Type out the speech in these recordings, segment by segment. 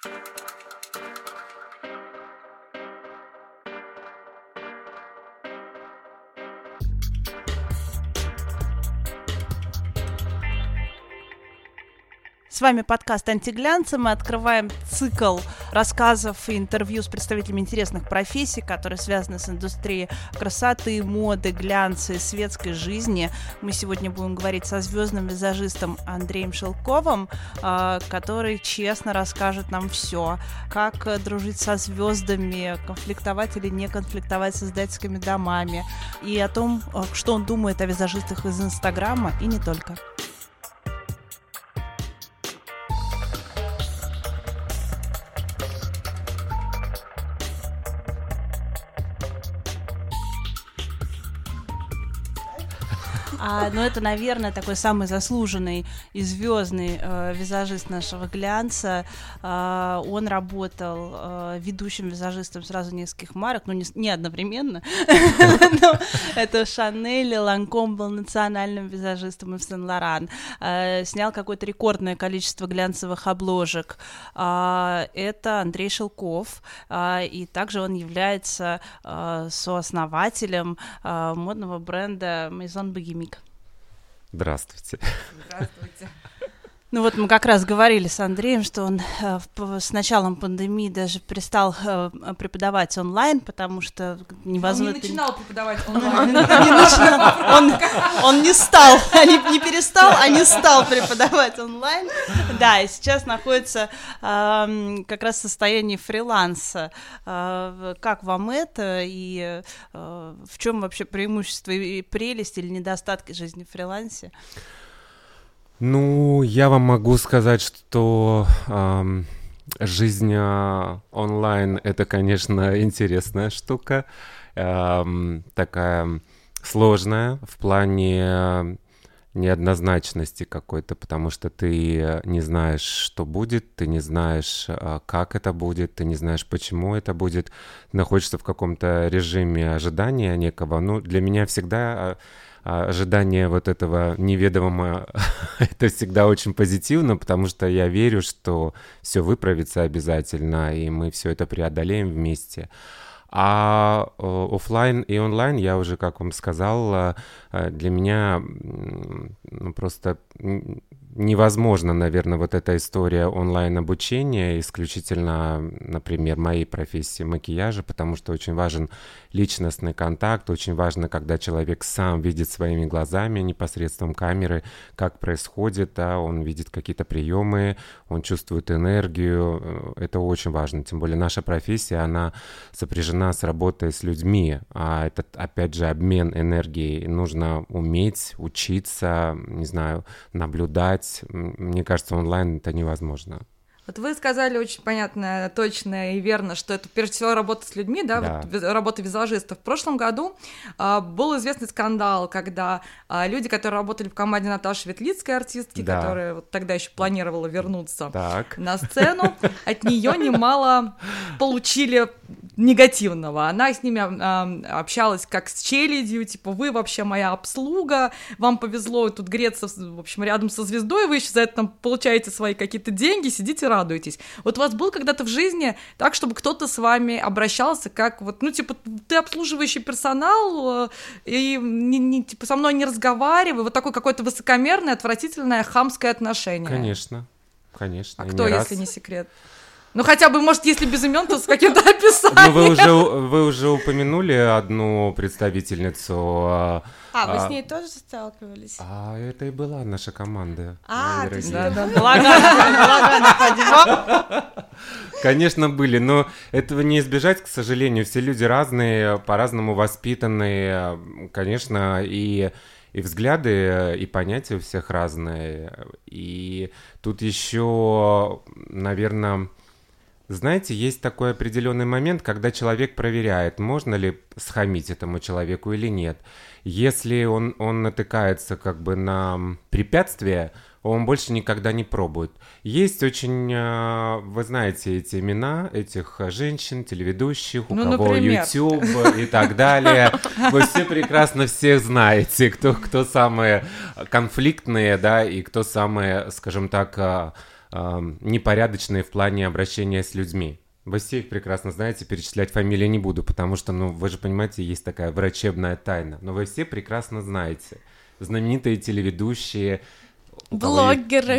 С вами подкаст «Антиглянцы». Мы открываем цикл рассказов и интервью с представителями интересных профессий, которые связаны с индустрией красоты, моды, глянца и светской жизни. Мы сегодня будем говорить со звездным визажистом Андреем Шелковым, который честно расскажет нам все. Как дружить со звездами, конфликтовать или не конфликтовать с издательскими домами. И о том, что он думает о визажистах из Инстаграма и не только. Ну, это, наверное, такой самый заслуженный и звездный визажист нашего глянца. Он работал ведущим визажистом сразу нескольких марок, ну, не одновременно. Это Шанель, Ланком был национальным визажистом и в Сен-Лоран. Снял какое-то рекордное количество глянцевых обложек. Это Андрей Шелков, и также он является сооснователем модного бренда Maison Bohemique. Здравствуйте. Здравствуйте. Ну вот мы как раз говорили с Андреем, что он с началом пандемии даже перестал преподавать онлайн, потому что невозможно... Он не начинал преподавать онлайн. Он не стал, не перестал, а не стал преподавать онлайн. Да, и сейчас находится как раз в состоянии фриланса. Как вам это, и в чем вообще преимущество и прелесть или недостатки жизни в фрилансе? Ну, я вам могу сказать, что жизнь онлайн — это, конечно, интересная штука, такая сложная в плане неоднозначности какой-то, потому что ты не знаешь, что будет, ты не знаешь, как это будет, ты не знаешь, почему это будет, находишься в каком-то режиме ожидания некого. Ну, для меня всегда... ожидание вот этого неведомого это всегда очень позитивно, потому что я верю, что все выправится обязательно, и мы все это преодолеем вместе. А офлайн и онлайн, я уже, как вам сказал, для меня просто невозможно, наверное, вот эта история онлайн-обучения, исключительно, например, моей профессии макияжа, потому что очень важен личностный контакт, очень важно, когда человек сам видит своими глазами, непосредством камеры, как происходит, да, он видит какие-то приемы, он чувствует энергию, это очень важно, тем более наша профессия, она сопряжена с работой с людьми, а это, опять же, обмен энергией, нужно уметь учиться, не знаю, наблюдать. Мне кажется, онлайн это невозможно. Вот вы сказали очень понятно, точно и верно, что это прежде всего работа с людьми, да. Вот, работа визажистов. В прошлом году был известный скандал, когда люди, которые работали в команде Наташи Ветлицкой, артистки, которая вот тогда еще планировала вернуться на сцену, от нее немало получили негативного. Она с ними общалась как с челядью, типа, вы вообще моя обслуга, вам повезло тут греться, в общем, рядом со звездой, вы еще за это там получаете свои какие-то деньги, сидите, радуетесь. Вот у вас был когда-то в жизни так, чтобы кто-то с вами обращался, как вот, ну, типа, ты обслуживающий персонал, и типа, со мной не разговаривай, вот такое какое-то высокомерное, отвратительное, хамское отношение? Конечно, конечно. А кто, если не секрет? Ну, хотя бы, может, если без имен, то с каким-то описанием. Ну, вы уже упомянули одну представительницу. Вы с ней тоже сталкивались? Это и была наша команда. Конечно, были, но этого не избежать, к сожалению. Все люди разные, по-разному воспитанные, конечно, и взгляды, и понятия у всех разные. И тут еще, наверное... Знаете, есть такой определенный момент, когда человек проверяет, можно ли схамить этому человеку или нет. Если он натыкается как бы на препятствие, он больше никогда не пробует. Есть очень, вы знаете эти имена этих женщин, телеведущих, у кого YouTube и так далее. Вы все прекрасно всех знаете, кто самые конфликтные, да, и кто самые, скажем так, непорядочные в плане обращения с людьми. Вы все их прекрасно знаете, перечислять фамилии не буду, потому что, вы же понимаете, есть такая врачебная тайна. Но вы все прекрасно знаете. Знаменитые телеведущие, блогеры,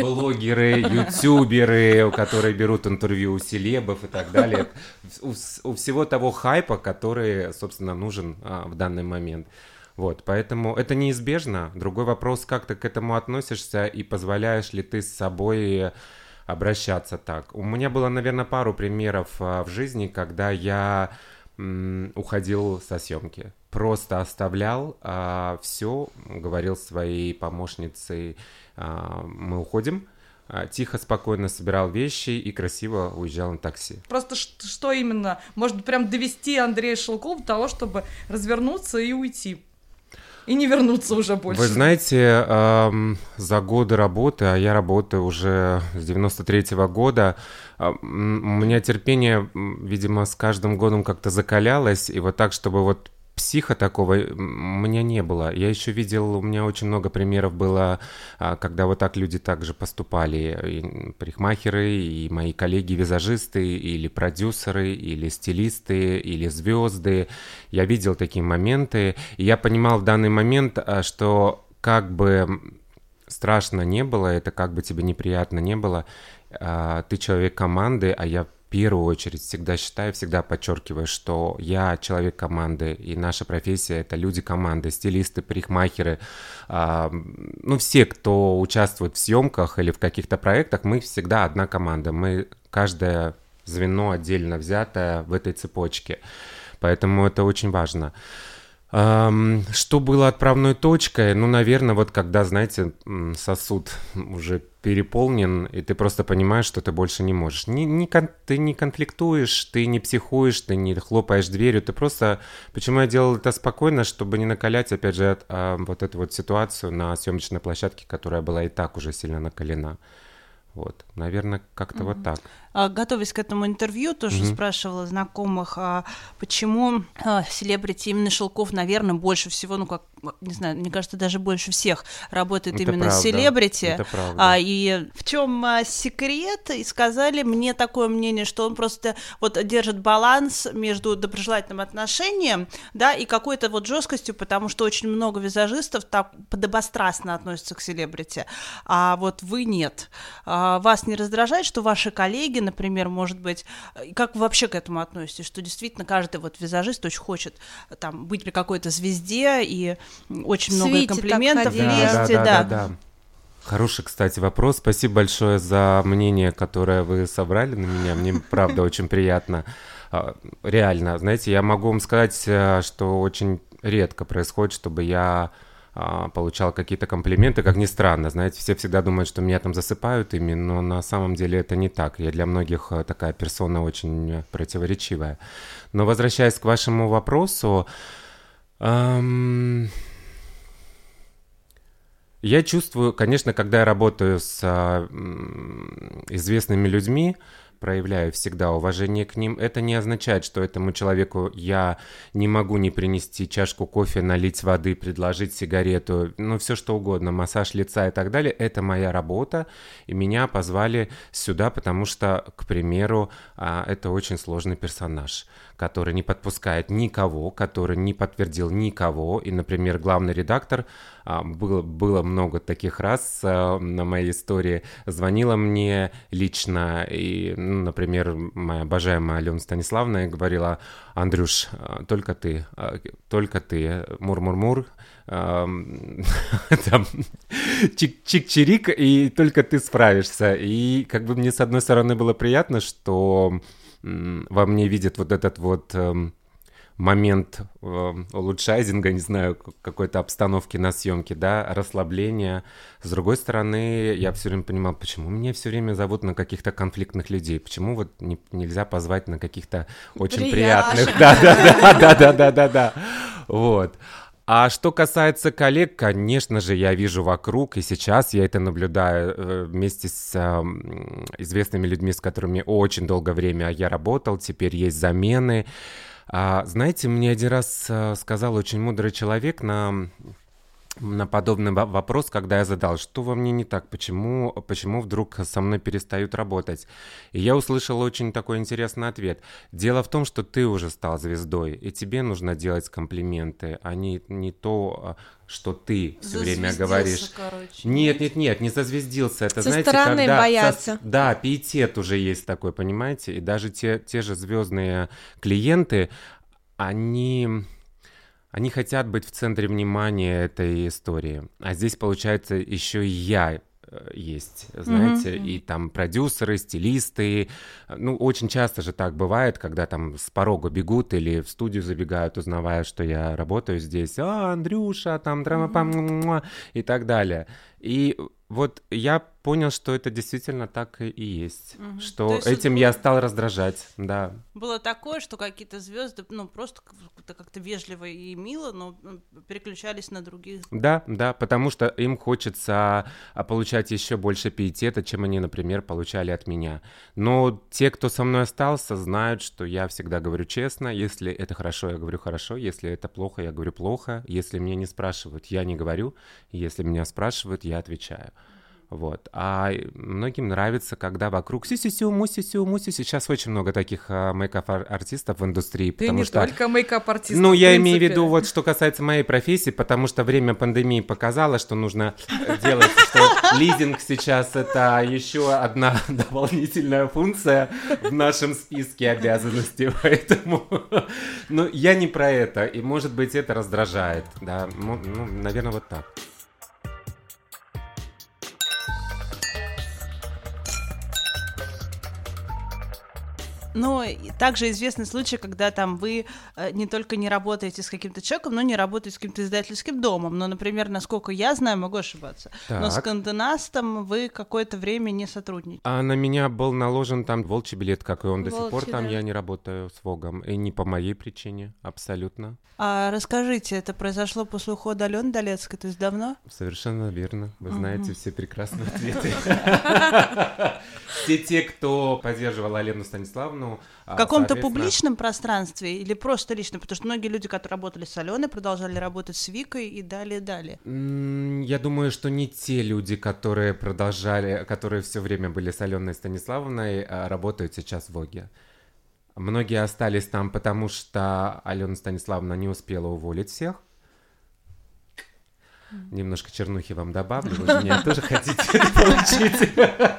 ютуберы, которые берут интервью у селебов и так далее. У всего того хайпа, который, собственно, нужен в данный момент. Вот, поэтому это неизбежно. Другой вопрос, как ты к этому относишься и позволяешь ли ты с собой обращаться так. У меня было, наверное, пару примеров в жизни, когда я уходил со съемки. Просто оставлял все, говорил своей помощнице, мы уходим, тихо, спокойно собирал вещи и красиво уезжал на такси. Просто что именно? Может, прям довести Андрея Шелкова до того, чтобы развернуться и уйти? И не вернуться уже больше. Вы знаете, за годы работы, а я работаю уже с 93-го года, у меня терпение, видимо, с каждым годом как-то закалялось, и вот так, чтобы вот психа такого у меня не было. Я еще видел, у меня очень много примеров было, когда вот так люди также поступали. И парикмахеры, и мои коллеги-визажисты, или продюсеры, или стилисты, или звезды. Я видел такие моменты, и я понимал в данный момент, что как бы страшно не было, это как бы тебе неприятно не было, ты человек команды, а я в первую очередь всегда считаю, всегда подчеркиваю, что я человек команды, и наша профессия — это люди команды, стилисты, парикмахеры, все, кто участвует в съемках или в каких-то проектах, мы всегда одна команда, мы каждое звено отдельно взятое в этой цепочке, поэтому это очень важно. Что было отправной точкой? Наверное, вот когда, знаете, сосуд уже переполнен, и ты просто понимаешь, что ты больше не можешь. Ты не конфликтуешь, ты не психуешь, ты не хлопаешь дверью, ты просто... Почему я делал это спокойно? Чтобы не накалять, опять же, вот эту вот ситуацию на съемочной площадке, которая была и так уже сильно накалена. Вот, наверное, как-то вот так. Готовясь к этому интервью, тоже спрашивала знакомых, почему селебрити именно Шелков, наверное, больше всего, не знаю, мне кажется, даже больше всех работает это именно с селебрити. Это правда. И в чем секрет? И сказали мне такое мнение, что он просто вот держит баланс между доброжелательным отношением, да, и какой-то вот жесткостью, потому что очень много визажистов так подобострастно относятся к селебрити, а вот вы нет. Вас не раздражает, что ваши коллеги, например, может быть, как вы вообще к этому относитесь, что действительно каждый вот визажист очень хочет там быть при какой-то звезде и очень много комплиментов лезть, да. Хороший, кстати, вопрос. Спасибо большое за мнение, которое вы собрали на меня. Мне, правда, очень приятно. Реально, знаете, я могу вам сказать, что очень редко происходит, чтобы я получал какие-то комплименты, как ни странно, знаете, все всегда думают, что меня там засыпают ими, но на самом деле это не так. Я для многих такая персона очень противоречивая. Но возвращаясь к вашему вопросу, я чувствую, конечно, когда я работаю с известными людьми, проявляю всегда уважение к ним. Это не означает, что этому человеку я не могу не принести чашку кофе, налить воды, предложить сигарету, все что угодно, массаж лица и так далее. Это моя работа, и меня позвали сюда, потому что, к примеру, это очень сложный персонаж, который не подпускает никого, который не подтвердил никого. И, например, главный редактор, было много таких раз на моей истории, звонила мне лично, и, например, моя обожаемая Алена Станиславовна говорила: Андрюш, только ты, мур-мур-мур, чик-чирик, и только ты справишься. И как бы мне, с одной стороны, было приятно, что во мне видят вот этот вот момент улучшайзинга, не знаю, какой-то обстановки на съемке, да, расслабления. С другой стороны, я все время понимал, почему меня все время зовут на каких-то конфликтных людей, почему вот нельзя позвать на каких-то очень приятных. Да. Вот. А что касается коллег, конечно же, я вижу вокруг, и сейчас я это наблюдаю вместе с известными людьми, с которыми очень долгое время я работал, теперь есть замены. Знаете, мне один раз сказал очень мудрый человек на на подобный вопрос, когда я задал, что во мне не так, почему вдруг со мной перестают работать. И я услышал очень такой интересный ответ. Дело в том, что ты уже стал звездой, и тебе нужно делать комплименты, а не то, что ты все время говоришь. Короче. Нет, не зазвездился. Это, со знаете, стороны когда... боятся. Да, пиетет уже есть такой, понимаете? И даже те же звездные клиенты, они хотят быть в центре внимания этой истории. А здесь, получается, еще и я есть, знаете, и там продюсеры, стилисты. Ну, очень часто же так бывает, когда там с порога бегут или в студию забегают, узнавая, что я работаю здесь. Андрюша, там драма, и так далее. И вот я понял, что это действительно так и есть, что есть этим я стал раздражать, да. Было такое, что какие-то звезды, просто как-то вежливо и мило, но переключались на других. Да, потому что им хочется получать еще больше пиетета, чем они, например, получали от меня. Но те, кто со мной остался, знают, что я всегда говорю честно. Если это хорошо, я говорю хорошо. Если это плохо, я говорю плохо. Если меня не спрашивают, я не говорю. Если меня спрашивают, я отвечаю. Вот. А многим нравится, когда вокруг сю-сю-сю, му-сю-сю, му-сю-сю. Сейчас очень много таких мейкап-артистов в индустрии. Ты не только мейкап-артист. Ну, я имею в виду, вот что касается моей профессии, потому что время пандемии показало, что нужно делать, что лизинг сейчас это еще одна дополнительная функция в нашем списке обязанностей, поэтому... Ну, я не про это, и, может быть, это раздражает, да, ну, наверное, вот так. Но также известный случай, когда там вы не только не работаете с каким-то человеком, но не работаете с каким-то издательским домом. Но, например, насколько я знаю, могу ошибаться, но с Condé Nast'ом вы какое-то время не сотрудничаете. А на меня был наложен там волчий билет, как и он до сих пор там, я не работаю с Вогом. И не по моей причине, абсолютно. А расскажите, это произошло после ухода Алены Долецкой, то есть давно? Совершенно верно. Вы знаете все прекрасные ответы. Все те, кто поддерживал Алену Станиславовну. В каком-то публичном пространстве или просто лично? Потому что многие люди, которые работали с Аленой, продолжали работать с Викой и далее. Я думаю, что не те люди, которые все время были с Аленой Станиславовной, работают сейчас в Воге. Многие остались там, потому что Алена Станиславовна не успела уволить всех. Немножко чернухи вам добавлю, вы же меня тоже хотите получить.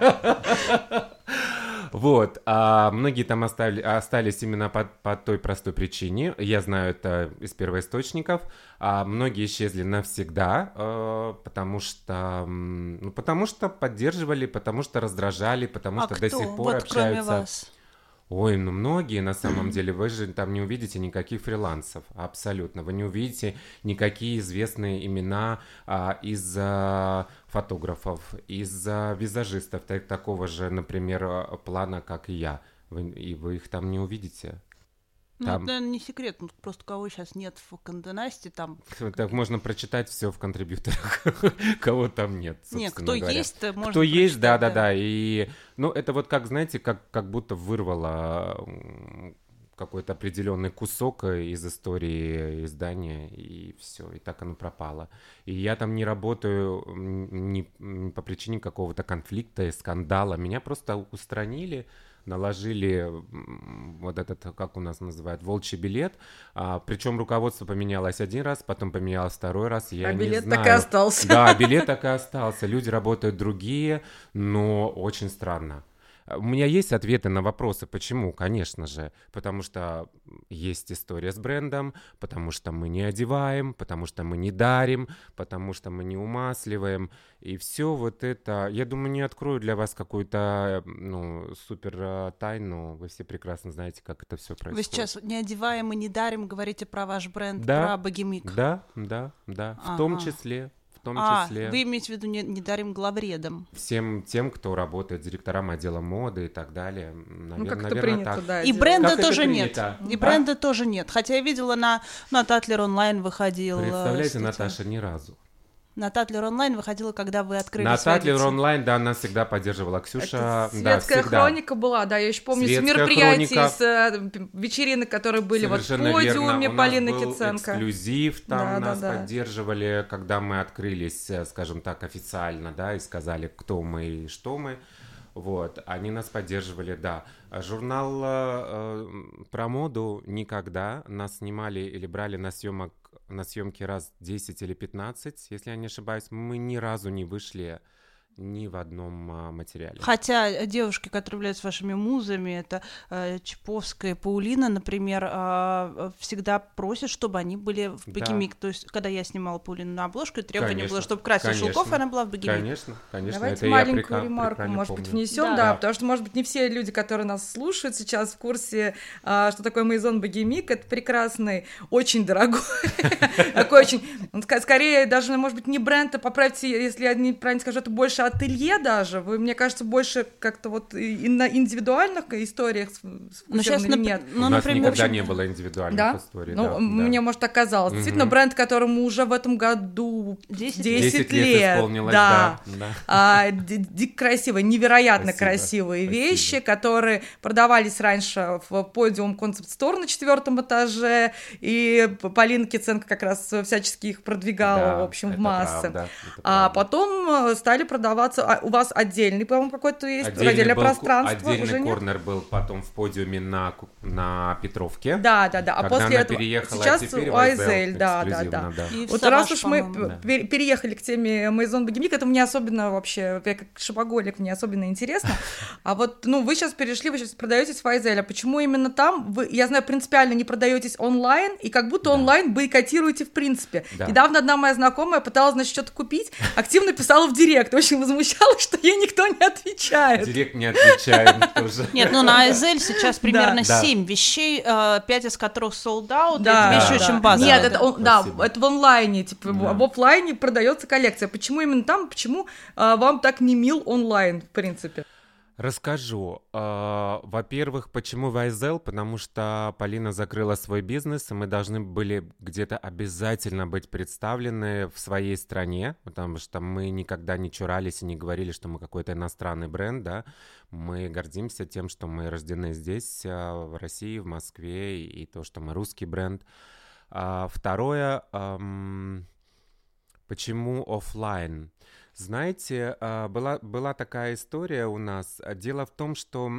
Вот, а многие там остались именно по той простой причине, я знаю это из первоисточников, а многие исчезли навсегда, потому что поддерживали, потому что раздражали, потому что до сих пор общаются. Кроме вас? Ой, многие на самом деле, вы же там не увидите никаких фрилансов, абсолютно, вы не увидите никакие известные имена из фотографов, из визажистов, такого же, например, плана, как и я, и вы их там не увидите. Там... Ну, это не секрет, просто кого сейчас нет в Condé Nast'е, там... Так можно прочитать все в контрибьюторах, кого там нет, собственно Нет, кто говоря. есть, можно кто есть, да. И, это вот как, знаете, как будто вырвало какой-то определенный кусок из истории издания, и все, и так оно пропало. И я там не работаю не по причине какого-то конфликта и скандала, меня просто устранили, наложили вот этот, как у нас называют, волчий билет. Причем руководство поменялось один раз, потом поменялось второй раз. Я не билет знаю. так и остался. Да, билет так и остался. Люди работают другие, но очень странно. У меня есть ответы на вопросы, почему, конечно же, потому что есть история с брендом, потому что мы не одеваем, потому что мы не дарим, потому что мы не умасливаем, и все вот это, я думаю, не открою для вас какую-то, супер тайну, вы все прекрасно знаете, как это все происходит. Вы сейчас не одеваем и не дарим, говорите про ваш бренд, про Богемик. Да, в том числе. Вы имеете в виду не дарим главредам? Всем тем, кто работает директорам отдела моды и так далее. Наверное, принято, так. да. И бренда тоже нет. И бренда тоже нет. Хотя я видела на Татлер онлайн выходил. Представляете, Наташа, ни разу. на Татлер онлайн выходила, когда вы открыли на свой Татлер лицей. онлайн, да, нас всегда поддерживала Ксюша. Светская хроника была, да, я еще помню, с мероприятий, с вечеринок, которые были совершенно вот в подиуме верно. Полины У нас был Киценко. Эксклюзив, там нас да. поддерживали, когда мы открылись, скажем так, официально, да, и сказали, кто мы и что мы. Вот, они нас поддерживали, да. Журнал про моду никогда. Нас снимали или брали на съемки раз 10 или 15, если я не ошибаюсь. Мы ни разу не вышли ни в одном материале. Хотя девушки, которые являются вашими музами, это Чаповская и Паулина, например, всегда просят, чтобы они были в богемик. То есть, когда я снимала Паулину на обложку, требование было, чтобы Красия Шелков, она была в богемик. Конечно. Давайте это маленькую ремарку, может быть, внесем, да, потому что, может быть, не все люди, которые нас слушают сейчас в курсе, что такое Maison Богемик. Это прекрасный, очень дорогой, такой очень, скорее даже, может быть, не бренд, а поправьте, если я неправильно скажу, это больше ателье даже. Вы, мне кажется, больше как-то вот и на индивидуальных историях сфокусированы или нет? У нас никогда не было индивидуальных историй. Мне, может, так казалось. Действительно, бренд, которому уже в этом году 10 лет исполнилось, да. Дико красивые, невероятно красивые вещи, которые продавались раньше в подиум концепт-стор на 4-м этаже, и Полина Киценко как раз всячески их продвигала, в общем, в массы. А потом стали продаваться. У вас отдельный, по-моему, какой-то есть отдельное пространство. Отдельный корнер был потом в подиуме на Петровке. Да. А после этого сейчас у Айзель, да. Вот раз уж мы переехали к теме Maison Богемик, это мне особенно вообще, я как шопоголик, мне особенно интересно. А вот, вы сейчас перешли, вы сейчас продаетесь в Айзель, а почему именно там? Вы, я знаю, принципиально не продаетесь онлайн, и как будто онлайн бойкотируете в принципе. Недавно одна моя знакомая пыталась, значит, что-то купить, активно писала в директ, очень возмущалась, что ей никто не отвечает. Директ не отвечает тоже. Нет, на Айзель сейчас примерно 7 вещей, 5 из которых sold out, это вещи очень базовые. Нет, это в онлайне, в офлайне продается коллекция. Почему именно там, почему вам так не мил онлайн, в принципе? Расскажу. Во-первых, почему в Айзель? Потому что Полина закрыла свой бизнес, и мы должны были где-то обязательно быть представлены в своей стране, потому что мы никогда не чурались и не говорили, что мы какой-то иностранный бренд, да. Мы гордимся тем, что мы рождены здесь, в России, в Москве, и то, что мы русский бренд. Второе, почему офлайн? Знаете, была такая история у нас. Дело в том, что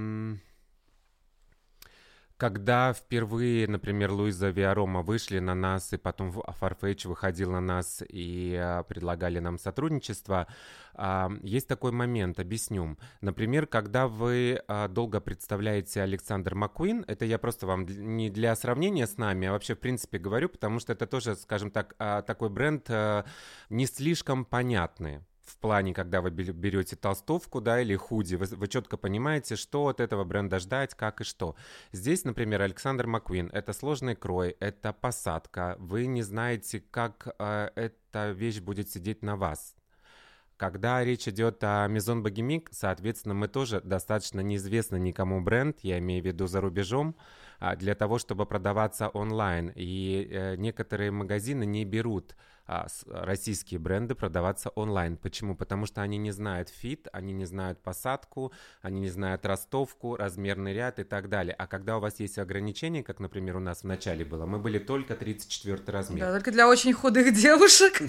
когда впервые, например, Луиза Виарома вышли на нас, и потом Farfetch выходил на нас и предлагали нам сотрудничество, есть такой момент, объясню. Например, когда вы долго представляете Александр Маккуин, это я просто вам не для сравнения с нами, а вообще в принципе говорю, потому что это тоже, скажем так, такой бренд не слишком понятный. В плане, когда вы берете толстовку, да, или худи, вы четко понимаете, что от этого бренда ждать, как и что. Здесь, например, Александр Маккуин, это сложный крой, это посадка, вы не знаете, как эта вещь будет сидеть на вас. Когда речь идет о Maison Богемик, соответственно, мы тоже достаточно неизвестный никому бренд, я имею в виду за рубежом, для того, чтобы продаваться онлайн. И некоторые магазины не берут российские бренды продаваться онлайн. Почему? Потому что они не знают фит, они не знают посадку, они не знают ростовку, размерный ряд и так далее. А когда у вас есть ограничения, как, например, у нас в начале было, мы были только 34 размер. Да, только для очень худых девушек.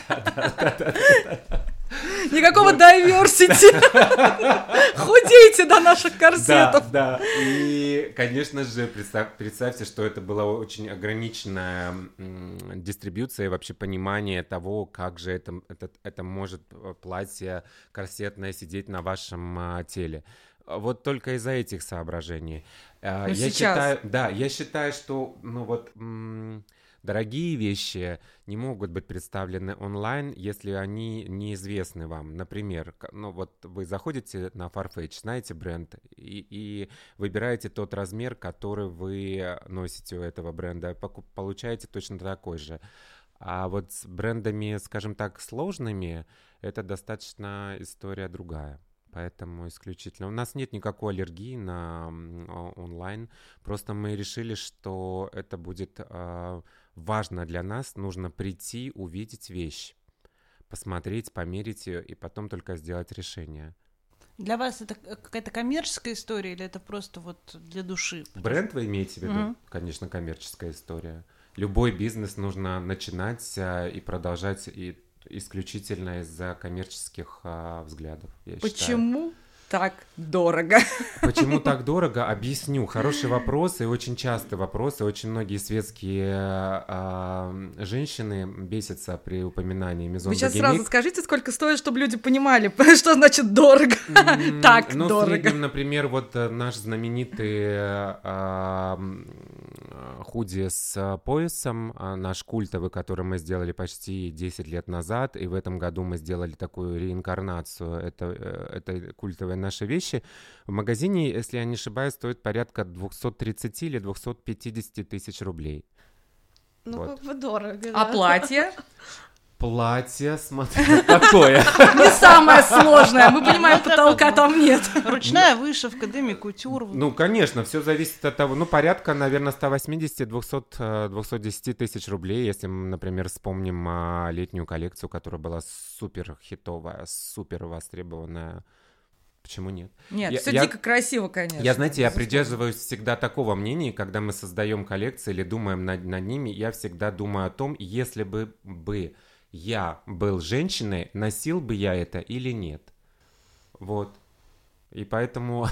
Никакого diversity. Худейте до наших корсетов. Да. И, конечно же, представьте, что это была очень ограниченная дистрибьюция и вообще понимание того, как же это может платье корсетное сидеть на вашем теле. Вот только из-за этих соображений. Я считаю, что дорогие вещи не могут быть представлены онлайн, если они неизвестны вам. Например, вы заходите на Farfetch, знаете бренд, и выбираете тот размер, который вы носите у этого бренда, получаете точно такой же. А вот с брендами, скажем так, сложными, это достаточно история другая. Поэтому исключительно. У нас нет никакой аллергии на онлайн. Просто мы решили, что это будет важно для нас. Нужно прийти, увидеть вещь. посмотреть, померить ее и потом только сделать решение. Для вас это какая-то коммерческая история или это просто вот для души? Бренд вы имеете в виду? Конечно, коммерческая история. Любой бизнес нужно начинать и продолжать исключительно из-за коммерческих взглядов, я считаю. Почему так дорого? Почему так дорого? Объясню. Хороший вопрос и очень частый вопрос. И очень многие светские женщины бесятся при упоминании Maison Вы сейчас Bouguenik. сразу скажите, сколько стоит, чтобы люди понимали, что значит дорого. Так Ну, дорого. в среднем, например, вот наш знаменитый худи с поясом, наш культовый, который мы сделали почти 10 лет назад, и в этом году мы сделали такую реинкарнацию. Это культовые наши вещи. В магазине, если я не ошибаюсь, стоит порядка 230 или 250 тысяч рублей. Ну, Вот. как бы дорого, А да. платье? Платье, смотри, какое. Не самое сложное. Мы понимаем, потолка там нет. Ручная вышивка, деми-кутюр. Ну, конечно, все зависит от того, порядка, наверное, 180-210 тысяч рублей, если мы, например, вспомним летнюю коллекцию, которая была супер хитовая, супер востребованная. Почему нет? Нет, все дико красиво, конечно. Я придерживаюсь всегда такого мнения, когда мы создаем коллекции или думаем над ними, я всегда думаю о том, если бы я был женщиной, носил бы я это или нет. Вот. И поэтому,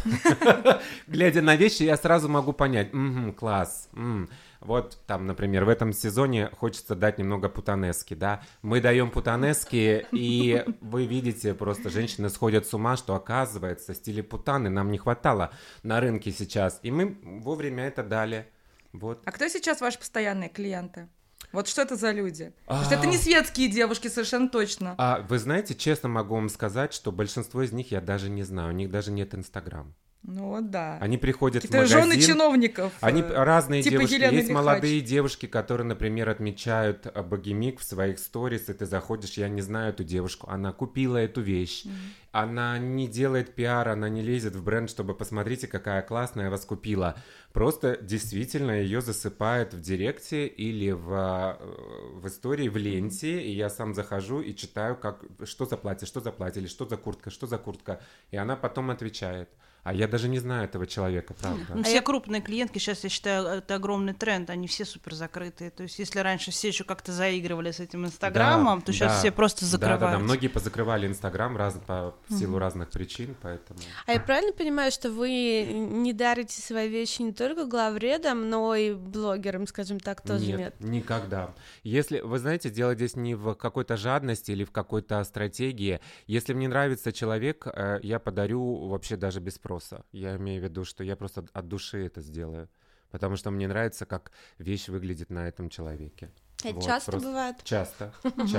глядя на вещи, я сразу могу понять, класс. Вот там, например, в этом сезоне хочется дать немного путанески, да. Мы даем путанески, и вы видите, просто женщины сходят с ума, что оказывается, стиля путаны нам не хватало на рынке сейчас. И мы вовремя это дали. Вот. А кто сейчас ваши постоянные клиенты? Вот что это за люди? Потому что это не светские девушки, совершенно точно. Вы знаете, честно могу вам сказать, что большинство из них я даже не знаю. У них даже нет Инстаграм. Ну вот да. Они приходят в Какие-то магазин. жены чиновников. Они разные типа девушки. Елены Есть Лихач. молодые девушки, которые, например, отмечают Bouguenik в своих сторис, и ты заходишь, я не знаю эту девушку, она купила эту вещь. Она не делает пиар, она не лезет в бренд, чтобы посмотрите, какая классная, я вас купила. Просто действительно ее засыпают в директе или в истории, в ленте, и я сам захожу и читаю, что за платье, или что за куртка, и она потом отвечает. А я даже не знаю этого человека, правда. Все крупные клиентки, сейчас, я считаю, это огромный тренд, они все супер закрытые. То есть, если раньше все еще как-то заигрывали с этим Инстаграмом, то сейчас все просто закрываются. Да, многие позакрывали Инстаграм в силу разных причин, поэтому... А я правильно понимаю, что вы не дарите свои вещи не только главредам, но и блогерам, скажем так, тоже нет? Нет, никогда. Если, вы знаете, дело здесь не в какой-то жадности или в какой-то стратегии. Если мне нравится человек, я подарю вообще даже без спроса. Я имею в виду, что я просто от души это сделаю, потому что мне нравится, как вещь выглядит на этом человеке. Это часто бывает? Часто.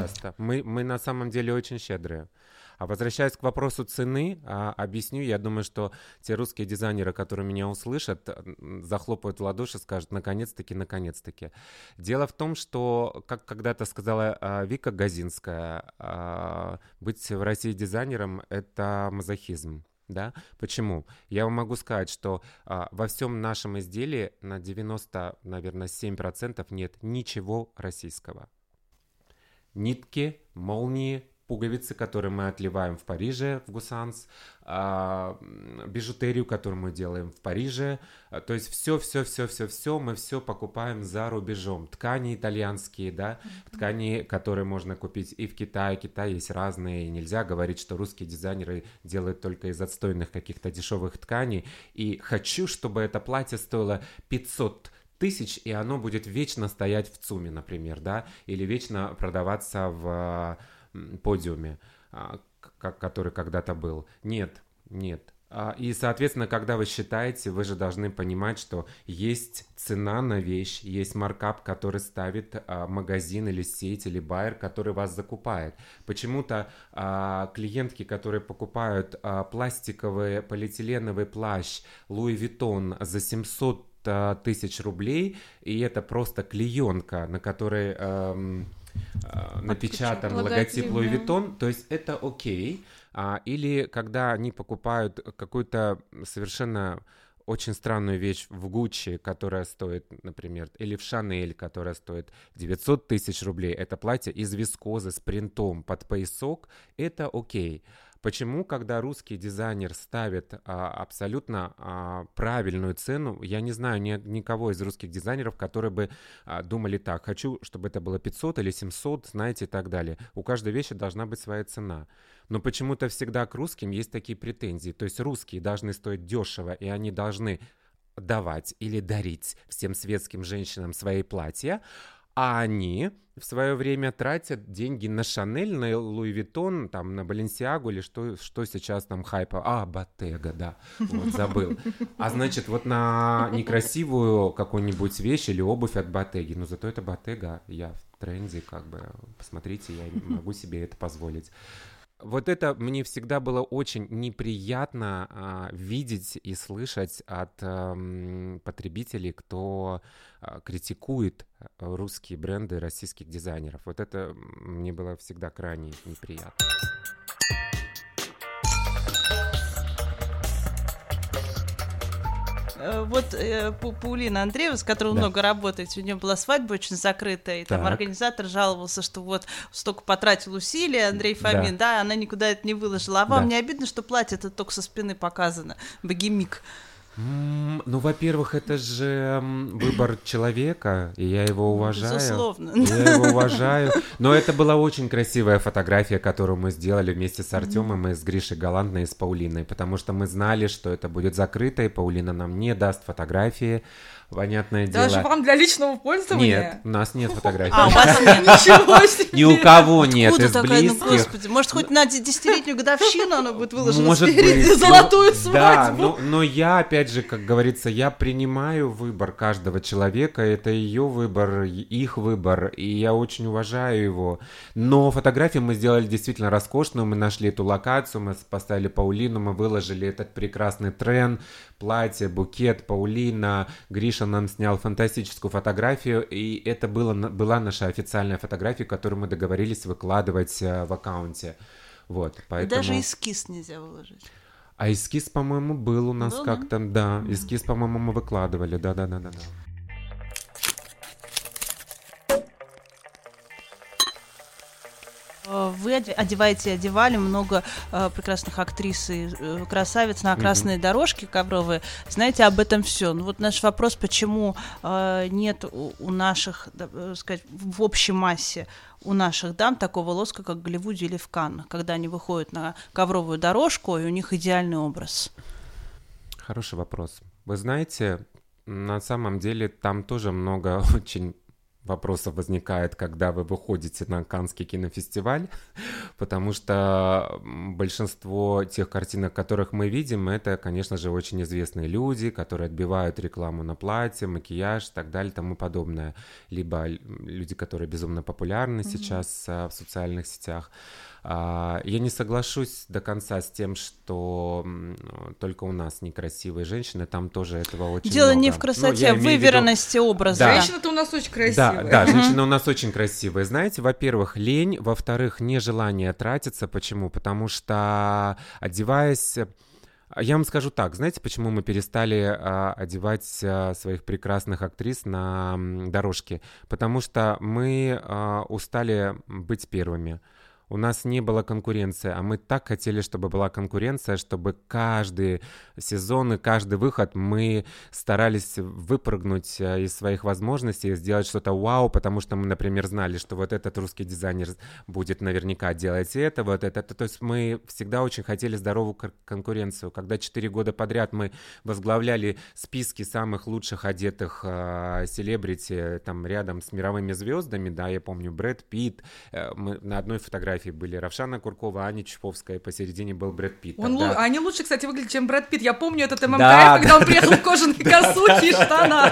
Мы на самом деле очень щедрые. А возвращаясь к вопросу цены, объясню, я думаю, что те русские дизайнеры, которые меня услышат, захлопают в ладоши, скажут наконец-таки. Дело в том, что, как когда-то сказала Вика Газинская, быть в России дизайнером — это мазохизм. Да? Почему? Я вам могу сказать, что во всем нашем изделии на 97% нет ничего российского. Нитки, молнии, пуговицы, которые мы отливаем в Париже, в Гусанс, бижутерию, которую мы делаем в Париже. То есть все мы все покупаем за рубежом. Ткани итальянские, да, ткани, которые можно купить и в Китае. Китай есть разные, и нельзя говорить, что русские дизайнеры делают только из отстойных каких-то дешевых тканей. И хочу, чтобы это платье стоило 500 тысяч, и оно будет вечно стоять в ЦУМе, например, да, или вечно продаваться в подиуме, который когда-то был. Нет. И, соответственно, когда вы считаете, вы же должны понимать, что есть цена на вещь, есть маркап, который ставит магазин или сеть, или байер, который вас закупает. Почему-то клиентки, которые покупают пластиковый полиэтиленовый плащ Louis Vuitton за 700 тысяч рублей, и это просто клеенка, на которой напечатан логотип Louis Vuitton, то есть это окей. Или когда они покупают какой-то совершенно очень странную вещь в Гуччи, которая стоит, например, или в Шанель, которая стоит 900 тысяч рублей, это платье из вискозы с принтом под поясок, это окей. Почему, когда русский дизайнер ставит абсолютно правильную цену, я не знаю никого из русских дизайнеров, которые бы думали так, хочу, чтобы это было 500 или 700, знаете, и так далее. У каждой вещи должна быть своя цена. Но почему-то всегда к русским есть такие претензии. То есть русские должны стоить дешево, и они должны давать или дарить всем светским женщинам свои платья, а они в свое время тратят деньги на Шанель, на Луи Виттон, там, на Баленсиагу или что сейчас там хайпа. Bottega, да, вот забыл. А значит, вот на некрасивую какую-нибудь вещь или обувь от Bottega. Но зато это Bottega, я в тренде, как бы, посмотрите, я могу себе это позволить. Вот это мне всегда было очень неприятно видеть и слышать от потребителей, кто критикует русские бренды российских дизайнеров. Вот это мне было всегда крайне неприятно. Вот Паулина Андреева, с которой много работаете, у нее была свадьба очень закрытая, и там организатор жаловался, что вот столько потратил усилий Андрей Фомин, да, она никуда это не выложила. А вам не обидно, что платье-то только со спины показано? Богемик. Ну, во-первых, это же выбор человека, и я его уважаю. Безусловно. Я его уважаю. Но это была очень красивая фотография, которую мы сделали вместе с Артемом и с Гришей Галантной и с Паулиной, потому что мы знали, что это будет закрыто, и Паулина нам не даст фотографии. Понятное дело. Даже вам для личного пользования? Нет, у нас нет фотографий. А, у вас нет? Ничего себе! Ни у кого нет из такая, близких. Ну, господи, может, хоть на 10-летнюю годовщину оно будет выложено Может спереди? быть, золотую свадьбу. Да, но я, опять же, как говорится, я принимаю выбор каждого человека, это ее выбор, их выбор, и я очень уважаю его. Но фотографию мы сделали действительно роскошную, мы нашли эту локацию, мы поставили Паулину, мы выложили этот прекрасный тренд, платье, букет, Паулина, Гриша нам снял фантастическую фотографию, и это была наша официальная фотография, которую мы договорились выкладывать в аккаунте. Вот, поэтому... Даже эскиз нельзя выложить. А эскиз, по-моему, был у нас был, как-то, да, эскиз, по-моему, мы выкладывали, да. Вы одевали много прекрасных актрис и красавиц на красной дорожке ковровые. Знаете об этом все. Ну вот наш вопрос, почему нет у наших, сказать, в общей массе у наших дам такого лоска, как в Голливуде или в Каннах, когда они выходят на ковровую дорожку, и у них идеальный образ. Хороший вопрос. Вы знаете, на самом деле там тоже много очень вопросов возникает, когда вы выходите на Каннский кинофестиваль, потому что большинство тех картинок, которых мы видим, это, конечно же, очень известные люди, которые отбивают рекламу на платье, макияж и так далее, тому подобное. Либо люди, которые безумно популярны сейчас в социальных сетях. Я не соглашусь до конца с тем, что только у нас некрасивые женщины, там тоже этого очень Дело много. Не в красоте, а в выверенности образа. Да. Женщины-то у нас очень красивые. Да, женщины у нас очень красивые. Знаете, во-первых, лень, во-вторых, нежелание тратиться. Почему? Потому что, одеваясь... Я вам скажу так, знаете, почему мы перестали одевать своих прекрасных актрис на дорожке? Потому что мы устали быть первыми. У нас не было конкуренции, а мы так хотели, чтобы была конкуренция, чтобы каждый сезон и каждый выход мы старались выпрыгнуть из своих возможностей, сделать что-то вау, потому что мы, например, знали, что вот этот русский дизайнер будет наверняка делать это, вот это. То есть мы всегда очень хотели здоровую конкуренцию. Когда 4 года подряд мы возглавляли списки самых лучших одетых селебрити, там рядом с мировыми звездами, да, я помню, Брэд Питт, мы на одной фотографии были Равшана Куркова, Аня Чуповская, посередине был Брэд Питт. Они лучше, кстати, выглядят, чем Брэд Питт. Я помню этот ММКФ, когда он приехал в кожаной косухе и штанах.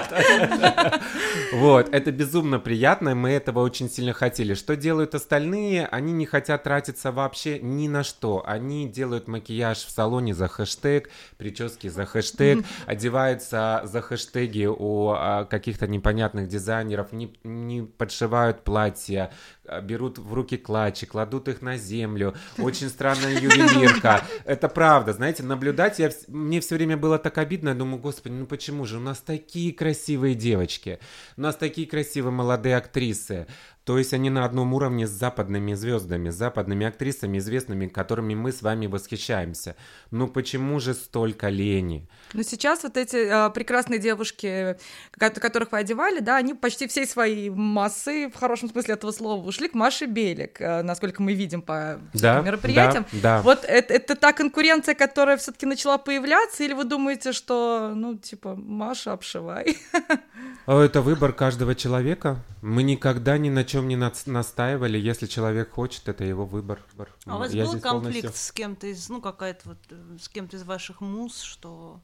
Вот, это безумно приятно, мы этого очень сильно хотели. Что делают остальные? Они не хотят тратиться вообще ни на что. Они делают макияж в салоне за хэштег, прически за хэштег, одеваются за хэштеги у каких-то непонятных дизайнеров, не подшивают платья, берут в руки клатчи, кладут их на землю. Очень странная ювелирка. Это правда, знаете, наблюдать, мне все время было так обидно, я думаю, господи, ну почему же, у нас такие красивые девочки, у нас такие красивые молодые актрисы. То есть они на одном уровне с западными звездами, с западными актрисами известными, которыми мы с вами восхищаемся. Ну почему же столько лени? Но сейчас вот эти прекрасные девушки, которых вы одевали, да, они почти всей своей массой, в хорошем смысле этого слова, ушли к Маше Белик, насколько мы видим по мероприятиям. Да. Вот это та конкуренция, которая все-таки начала появляться, или вы думаете, что, ну, типа, Маша, обшивай? Это выбор каждого человека. Мы никогда ни на чем не настаивали. Если человек хочет, это его выбор. А у вас был конфликт с кем-то из, ну, какая-то вот, с кем-то из ваших муз, что,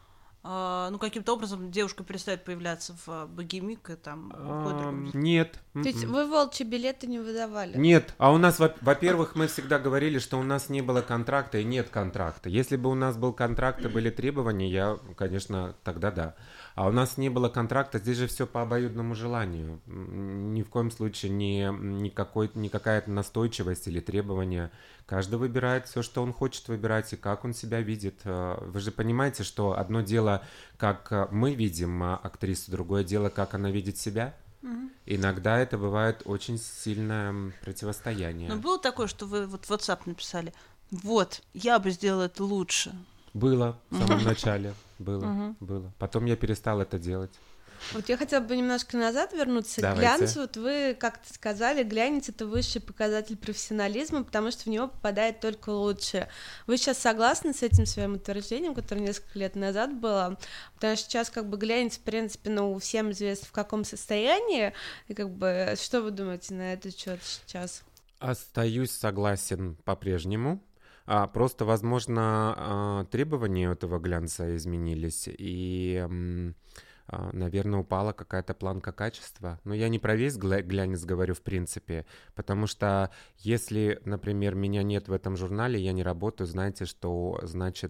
ну, каким-то образом девушка перестает появляться в Богемик и там... Нет. То есть вы волчьи билеты не выдавали? Нет. А у нас, во-первых, мы всегда говорили, что у нас не было контракта и нет контракта. Если бы у нас был контракт и были требования, я, конечно, тогда да. А у нас не было контракта, здесь же все по обоюдному желанию. Ни в коем случае не какая-то настойчивость или требование. Каждый выбирает все, что он хочет выбирать и как он себя видит. Вы же понимаете, что одно дело, как мы видим актрису, другое дело, как она видит себя. Иногда это бывает очень сильное противостояние. Но было такое, что вы вот в WhatsApp написали, вот, я бы сделала это лучше. Было в самом начале, было. Потом я перестал это делать. Вот я хотела бы немножко назад вернуться. Давайте. Глянц, вот вы как-то сказали, глянец — это высший показатель профессионализма, потому что в него попадает только лучшее. Вы сейчас согласны с этим своим утверждением, которое несколько лет назад было? Потому что сейчас как бы глянец, в принципе, ну, всем известно в каком состоянии, и как бы что вы думаете на этот счет сейчас? Остаюсь согласен по-прежнему. Просто, возможно, требования этого глянца изменились, и, наверное, упала какая-то планка качества. Но я не про весь глянец говорю, в принципе, потому что если, например, меня нет в этом журнале, я не работаю, знаете, что значит,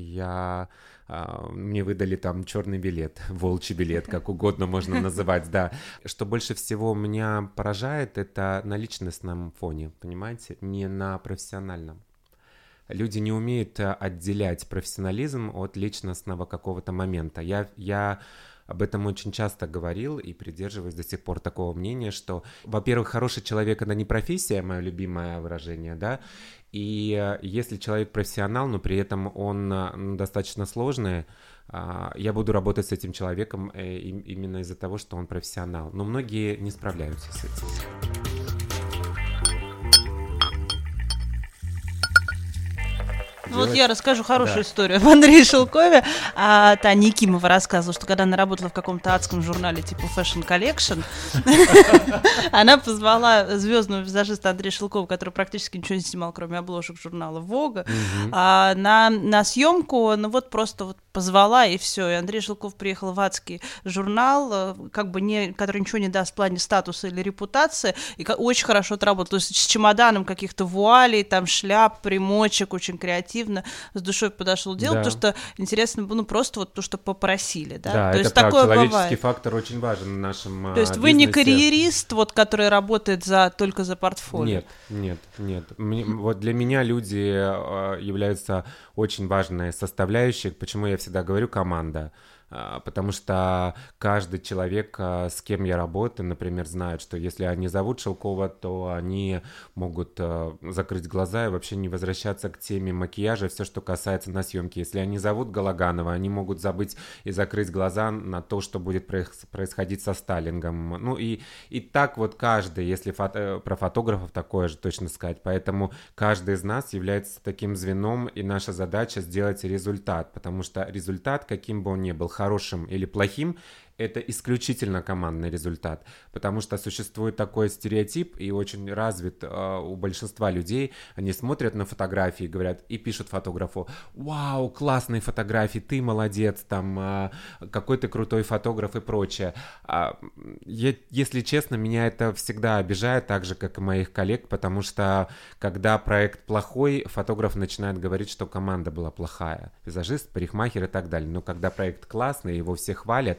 мне выдали там черный билет, волчий билет, как угодно можно называть, да. Что больше всего меня поражает, это на личностном фоне, понимаете, не на профессиональном. Люди не умеют отделять профессионализм от личностного какого-то момента. Я об этом очень часто говорил и придерживаюсь до сих пор такого мнения, что, во-первых, хороший человек — это не профессия, мое любимое выражение, да, и если человек профессионал, но при этом он достаточно сложный, я буду работать с этим человеком именно из-за того, что он профессионал. Но многие не справляются с этим. Ну, вот я расскажу хорошую историю об Андрее Шелкове. Таня Якимова рассказывала, что когда она работала в каком-то адском журнале типа Fashion Collection, она позвала звездного визажиста Андрея Шелкова, который практически ничего не снимал, кроме обложек журнала Vogue, на съемку, ну вот просто вот позвала, и все. И Андрей Шелков приехал в адский журнал, как бы который ничего не даст в плане статуса или репутации, и очень хорошо отработал. То есть с чемоданом каких-то вуалей, там шляп, примочек, очень креативно, с душой подошел к делу, потому что интересно, ну просто вот то, что попросили, да. Да, то это есть правда, такое человеческий бывает. фактор очень важен в нашем бизнесе. То есть вы не карьерист, вот, который работает только за портфолио? Нет. Вот для меня люди являются очень важной составляющей, почему я всегда говорю команда. Потому что каждый человек, с кем я работаю, например, знает, что если они зовут Шелкова, то они могут закрыть глаза и вообще не возвращаться к теме макияжа, все, что касается на съемке. Если они зовут Галаганова, они могут забыть и закрыть глаза на то, что будет происходить со стайлингом. Ну и так вот каждый, если про фотографов такое же точно сказать. Поэтому каждый из нас является таким звеном, и наша задача сделать результат, потому что результат, каким бы он ни был, хорошим или плохим, это исключительно командный результат, потому что существует такой стереотип и очень развит у большинства людей. Они смотрят на фотографии, говорят и пишут фотографу: «Вау, классные фотографии, ты молодец, там какой ты крутой фотограф» и прочее. Если честно, меня это всегда обижает, так же, как и моих коллег, потому что когда проект плохой, фотограф начинает говорить, что команда была плохая, визажист, парикмахер и так далее. Но когда проект классный, его все хвалят,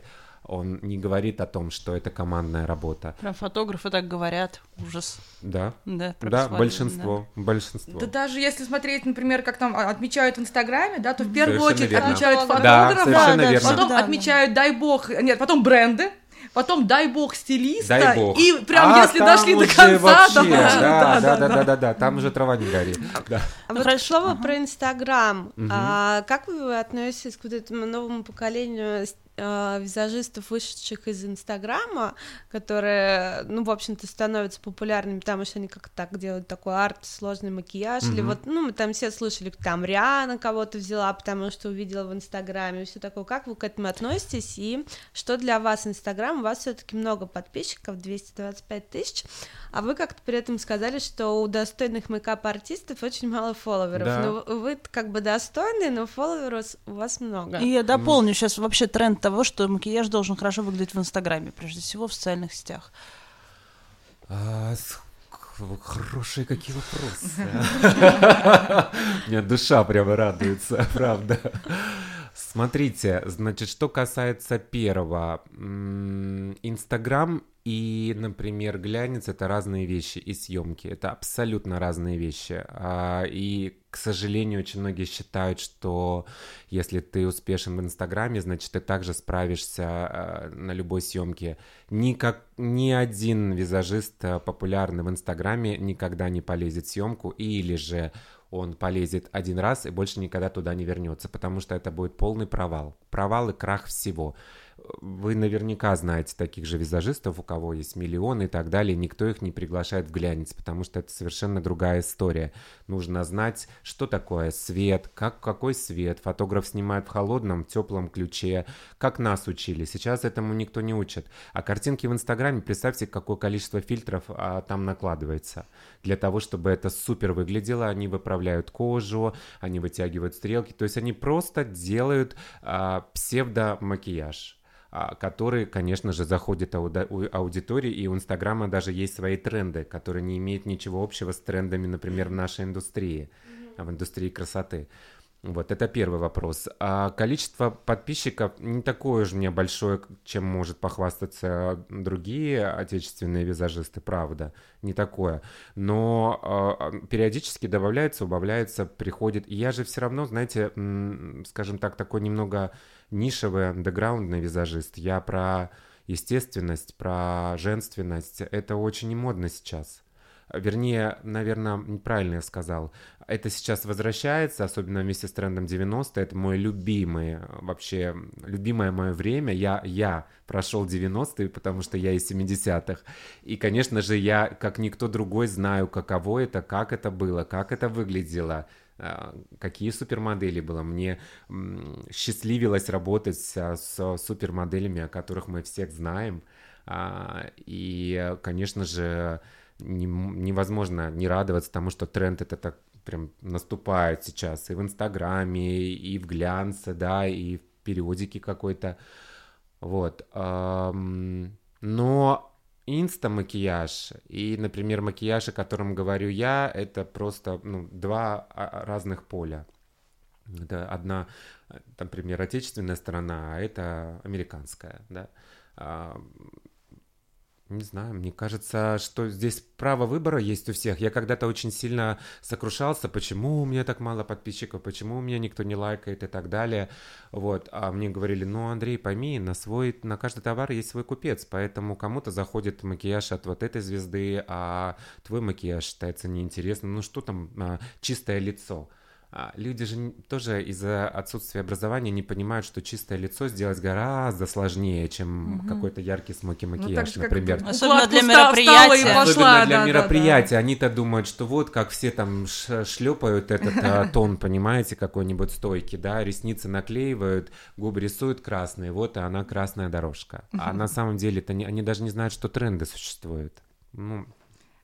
Он не говорит о том, что это командная работа. Про фотографы так говорят. Ужас. Да? Да, большинство. Да даже если смотреть, например, как там отмечают в Инстаграме, да, то в первую Совершенно очередь верно. отмечают Да, фотографа, совершенно верно. потом отмечают, дай бог, нет, потом бренды, потом дай бог стилиста, Дай бог. и прям если дошли до конца, вообще, то да, там уже трава не горит. Да. А вот слово про Инстаграм. Как вы относитесь к вот этому новому поколению визажистов, вышедших из Инстаграма, которые, ну, в общем-то, становятся популярными, потому что они как-то так делают такой арт, сложный макияж, или вот, ну, мы там все слышали, там Риана кого-то взяла, потому что увидела в Инстаграме, и все такое. Как вы к этому относитесь, и что для вас Инстаграм? У вас все-таки много подписчиков, 225 тысяч, а вы как-то при этом сказали, что у достойных мейкап-артистов очень мало фолловеров. Да. Но вы как бы достойные, но фолловеров у вас много. И я дополню, сейчас вообще тренд того, что макияж должен хорошо выглядеть в Инстаграме, прежде всего в социальных сетях. Хорошие какие вопросы. У меня душа прямо радуется, правда. Смотрите, значит, что касается первого, Инстаграм и, например, глянец — это разные вещи, и съемки — это абсолютно разные вещи. И, к сожалению, очень многие считают, что если ты успешен в Инстаграме, значит, ты также справишься на любой съемке. Ни один визажист популярный в Инстаграме никогда не полезет в съемку, или же он полезет один раз и больше никогда туда не вернется, потому что это будет полный провал. Провал и крах всего. Вы наверняка знаете таких же визажистов, у кого есть миллионы и так далее, никто их не приглашает в глянец, потому что это совершенно другая история. Нужно знать, что такое свет, какой свет. Фотограф снимает в холодном, теплом ключе, как нас учили. Сейчас этому никто не учит. А картинки в Инстаграме, представьте, какое количество фильтров там накладывается. Для того, чтобы это супер выглядело, они выправляют кожу, они вытягивают стрелки, то есть они просто делают псевдомакияж, который, конечно же, заходит у аудитории, и у Инстаграма даже есть свои тренды, которые не имеют ничего общего с трендами, например, в нашей индустрии, в индустрии красоты. Вот, это первый вопрос. А количество подписчиков не такое уж у меня большое, чем может похвастаться другие отечественные визажисты, правда, не такое. Но периодически добавляется, убавляется, приходит. И я же все равно, знаете, скажем так, такой немного нишевый, андеграундный визажист. Я про естественность, про женственность. Это очень не модно сейчас. Вернее, наверное, неправильно я сказал. Это сейчас возвращается, особенно вместе с трендом 90-е. Это мой любимый, вообще, любимое мое время. Я прошел 90-е, потому что я из 70-х. И, конечно же, я, как никто другой, знаю, каково это, как это было, как это выглядело, какие супермодели было. Мне счастливилось работать с супермоделями, о которых мы всех знаем. И, конечно же, невозможно не радоваться тому, что тренд это так прям наступает сейчас и в Инстаграме, и в глянце, да, и в периодике какой-то. Вот. Но инста-макияж и, например, макияж, о котором говорю я, это просто два разных поля. Это одна, например, отечественная сторона, а это американская, да. Не знаю, мне кажется, что здесь право выбора есть у всех. Я когда-то очень сильно сокрушался, почему у меня так мало подписчиков, почему у меня никто не лайкает и так далее. Вот. А мне говорили, Андрей, пойми, на каждый товар есть свой купец, поэтому кому-то заходит макияж от вот этой звезды, а твой макияж считается неинтересным. Что там, чистое лицо? Люди же тоже из-за отсутствия образования не понимают, что чистое лицо сделать гораздо сложнее, чем какой-то яркий смоки-макияж, например. Особенно для мероприятия. Особенно для мероприятия. Они-то думают, что вот как все там шлепают этот тон, понимаете, какой-нибудь стойкий, да, ресницы наклеивают, губы рисуют красные, вот и она красная дорожка. А на самом деле-то они даже не знают, что тренды существуют.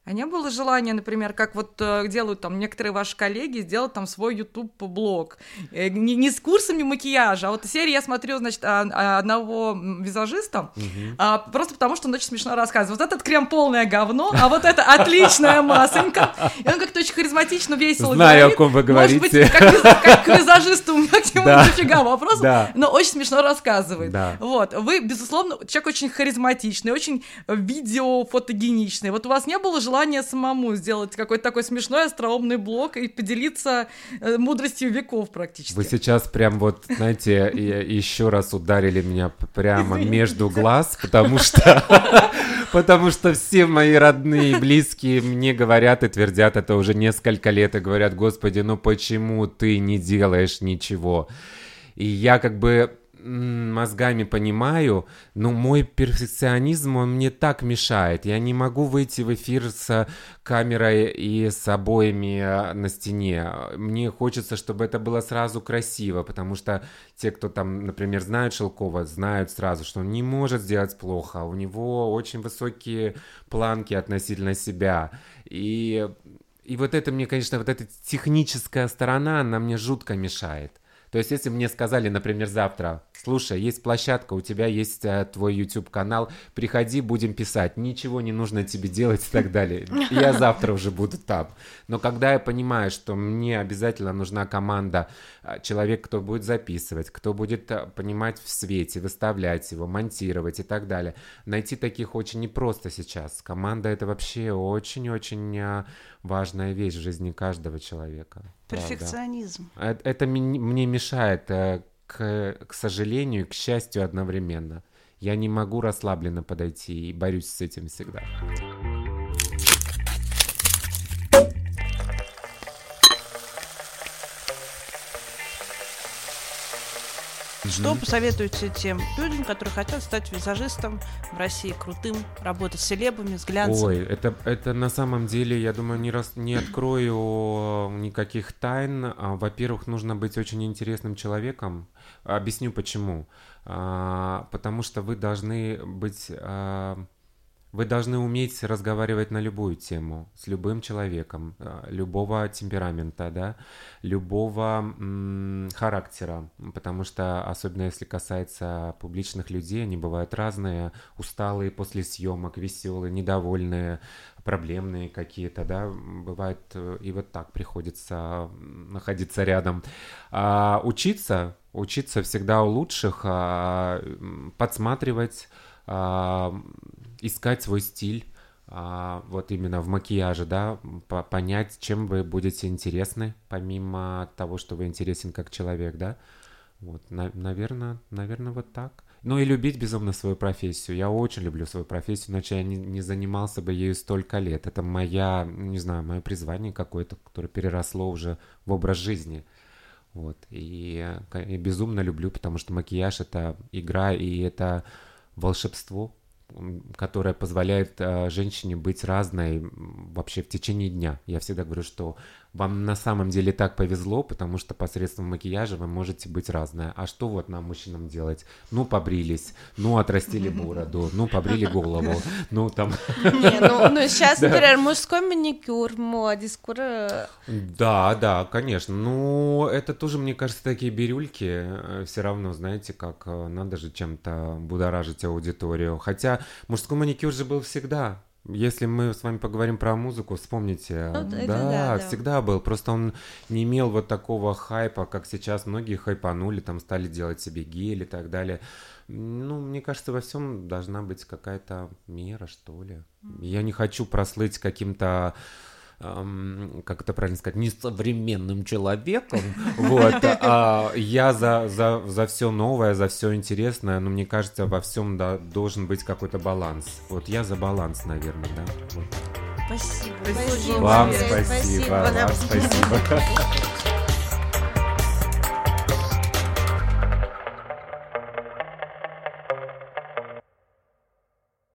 А не было желания, например, как вот делают там некоторые ваши коллеги, сделать там свой YouTube-блог? Не с курсами макияжа, а вот серии я смотрю, значит, одного визажиста, просто потому что он очень смешно рассказывает. Вот этот крем полное говно, а вот это отличная масонька. И он как-то очень харизматично, весело Знаю, говорит. о ком вы говорите. Может быть, как к визажисту у меня к нему дофига вопросов, но очень смешно рассказывает. Вот. Вы, безусловно, человек очень харизматичный, очень видео-фотогеничный. Вот у вас не было желания самому сделать какой-то такой смешной остроумный блог и поделиться мудростью веков практически? Вы сейчас прям вот, знаете, еще раз ударили меня прямо между глаз, потому что все мои родные и близкие мне говорят и твердят это уже несколько лет, и говорят: Господи, ну почему ты не делаешь ничего? И я как бы мозгами понимаю, но мой перфекционизм, он мне так мешает. Я не могу выйти в эфир с камерой и с обоями на стене. Мне хочется, чтобы это было сразу красиво, потому что те, кто там, например, знают Шелкова, знают сразу, что он не может сделать плохо. У него очень высокие планки относительно себя. И вот это мне, конечно, вот эта техническая сторона, она мне жутко мешает. То есть, если мне сказали, например, завтра: слушай, есть площадка, у тебя есть твой YouTube-канал, приходи, будем писать, ничего не нужно тебе делать и так далее. Я завтра уже буду там. Но когда я понимаю, что мне обязательно нужна команда, человек, кто будет записывать, кто будет понимать в свете, выставлять его, монтировать и так далее. Найти таких очень непросто сейчас. Команда — это вообще очень-очень важная вещь в жизни каждого человека. Перфекционизм. Правда. Это мне мешает, к сожалению, к счастью одновременно. Я не могу расслабленно подойти и борюсь с этим всегда. Что посоветуете тем людям, которые хотят стать визажистом в России, крутым, работать с селебами, с глянцем? Ой, это на самом деле, я думаю, не открою никаких тайн. Во-первых, нужно быть очень интересным человеком. Объясню почему. Потому что вы должны быть... Вы должны уметь разговаривать на любую тему, с любым человеком, любого темперамента, да, любого характера, потому что, особенно если касается публичных людей, они бывают разные, усталые после съемок, веселые, недовольные, проблемные какие-то, да, бывает, и вот так приходится находиться рядом. Учиться всегда у лучших, подсматривать, искать свой стиль, вот именно в макияже, да, понять, чем вы будете интересны, помимо того, что вы интересен как человек, да, вот, наверное, вот так. Ну и любить безумно свою профессию. Я очень люблю свою профессию, иначе я не занимался бы ею столько лет. Это мое призвание какое-то, которое переросло уже в образ жизни. Вот, и безумно люблю, потому что макияж — это игра, и это волшебство, которая позволяет женщине быть разной вообще в течение дня. Я всегда говорю, что вам на самом деле так повезло, потому что посредством макияжа вы можете быть разная. А что вот нам, мужчинам, делать? Ну, побрились, ну, отрастили бороду, ну, побрили голову, ну, там... Ну, сейчас, например, мужской маникюр в моде скоро... Да, конечно. Ну, это тоже, мне кажется, такие бирюльки. Все равно, знаете, как надо же чем-то будоражить аудиторию. Хотя мужской маникюр же был всегда. Если мы с вами поговорим про музыку, вспомните, да, всегда был. Просто он не имел вот такого хайпа, как сейчас многие хайпанули, там стали делать себе гель и так далее. Ну, мне кажется, во всем должна быть какая-то мера, что ли. Я не хочу прослыть каким-то... как это правильно сказать, несовременным человеком, вот, я за все новое, за все интересное, но мне кажется, во всем должен быть какой-то баланс. Вот я за баланс, наверное, да. Вот. Спасибо. Спасибо. Вам спасибо.